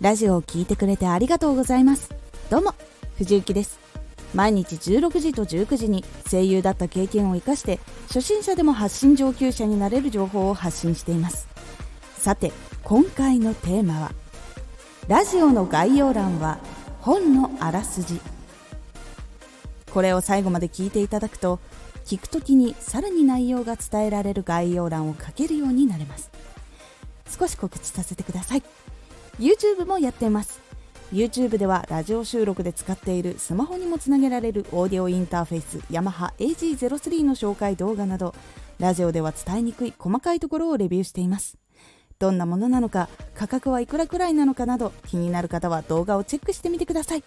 ラジオを聞いてくれてありがとうございます。どうも藤幸です。毎日16時と19時に声優だった経験を生かして初心者でも発信上級者になれる情報を発信しています。さて今回のテーマは、ラジオの概要欄は本のあらすじ。これを最後まで聞いていただくと、聞くときにさらに内容が伝えられる概要欄を書けるようになれます。少し告知させてください。 YouTube もやっています。 YouTube ではラジオ収録で使っているスマホにもつなげられるオーディオインターフェースヤマハ AG03 の紹介動画など、ラジオでは伝えにくい細かいところをレビューしています。どんなものなのか、価格はいくらくらいなのかなど、気になる方は動画をチェックしてみてください。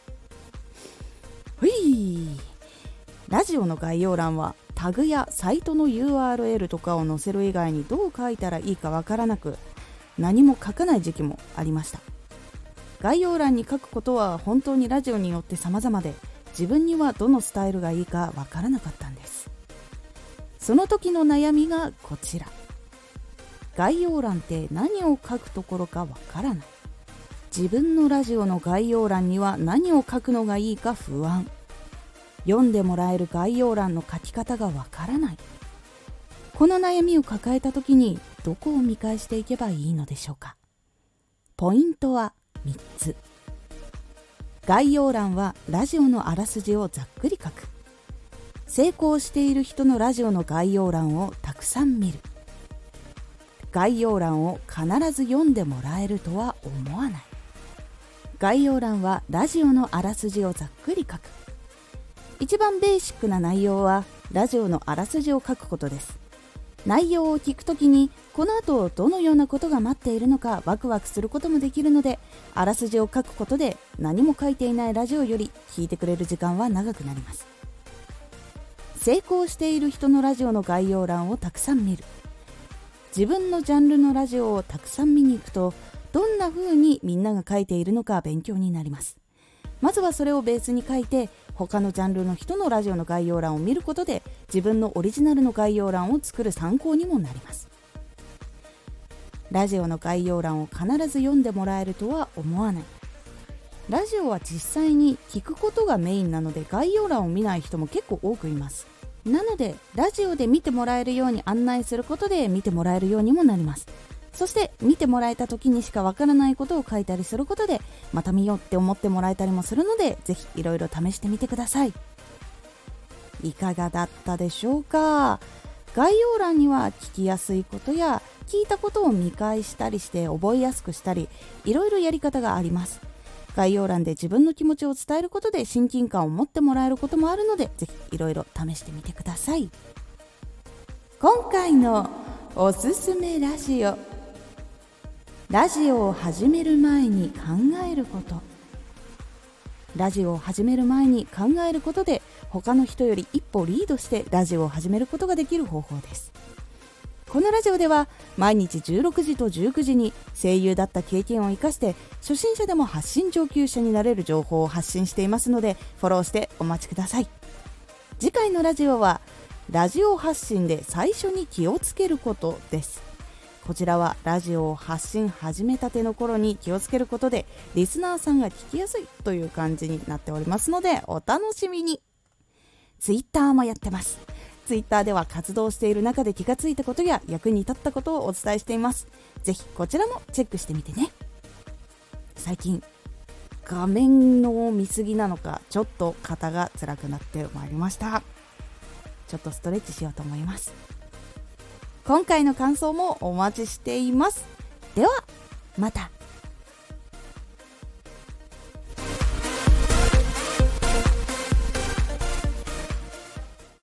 ラジオの概要欄はタグやサイトの URL とかを載せる以外にどう書いたらいいかわからなく、何も書かない時期もありました。概要欄に書くことは本当にラジオによって様々で、自分にはどのスタイルがいいかわからなかったんです。その時の悩みがこちら。概要欄って何を書くところかわからない。自分のラジオの概要欄には何を書くのがいいか不安。読んでもらえる概要欄の書き方がわからない。この悩みを抱えた時にどこを見返していけばいいのでしょうか。ポイントは3つ。概要欄はラジオのあらすじをざっくり書く。成功している人のラジオの概要欄をたくさん見る。概要欄を必ず読んでもらえるとは思わない。概要欄はラジオのあらすじをざっくり書く。一番ベーシックな内容はラジオのあらすじを書くことです。内容を聞くときにこの後どのようなことが待っているのかワクワクすることもできるので、あらすじを書くことで何も書いていないラジオより聞いてくれる時間は長くなります。成功している人のラジオの概要欄をたくさん見る。自分のジャンルのラジオをたくさん見に行くと、どんな風にみんなが書いているのか勉強になります。まずはそれをベースに書いて、他のジャンルの人のラジオの概要欄を見ることで、自分のオリジナルの概要欄を作る参考にもなります。ラジオの概要欄を必ず読んでもらえるとは思わない。ラジオは実際に聞くことがメインなので、概要欄を見ない人も結構多くいます。なのでラジオで見てもらえるように案内することで見てもらえるようにもなります。そして見てもらえた時にしかわからないことを書いたりすることで、また見ようって思ってもらえたりもするので、ぜひいろいろ試してみてください。いかがだったでしょうか。概要欄には聞きやすいことや聞いたことを見返したりして覚えやすくしたり、いろいろやり方があります。概要欄で自分の気持ちを伝えることで親近感を持ってもらえることもあるので、ぜひいろいろ試してみてください。今回のおすすめラジオ。ラジオを始める前に考えること。ラジオを始める前に考えることで、他の人より一歩リードしてラジオを始めることができる方法です。このラジオでは毎日16時と19時に声優だった経験を生かして初心者でも発信上級者になれる情報を発信していますので、フォローしてお待ちください。次回のラジオはラジオ発信で最初に気をつけることです。こちらはラジオを発信始めたての頃に気をつけることでリスナーさんが聞きやすいという感じになっておりますので、お楽しみに。ツイッターもやってます。ツイッターでは活動している中で気がついたことや役に立ったことをお伝えしています。ぜひこちらもチェックしてみてね。最近画面の見過ぎなのか、ちょっと肩が辛くなってまいりました。ちょっとストレッチしようと思います。今回の感想もお待ちしています。ではまた。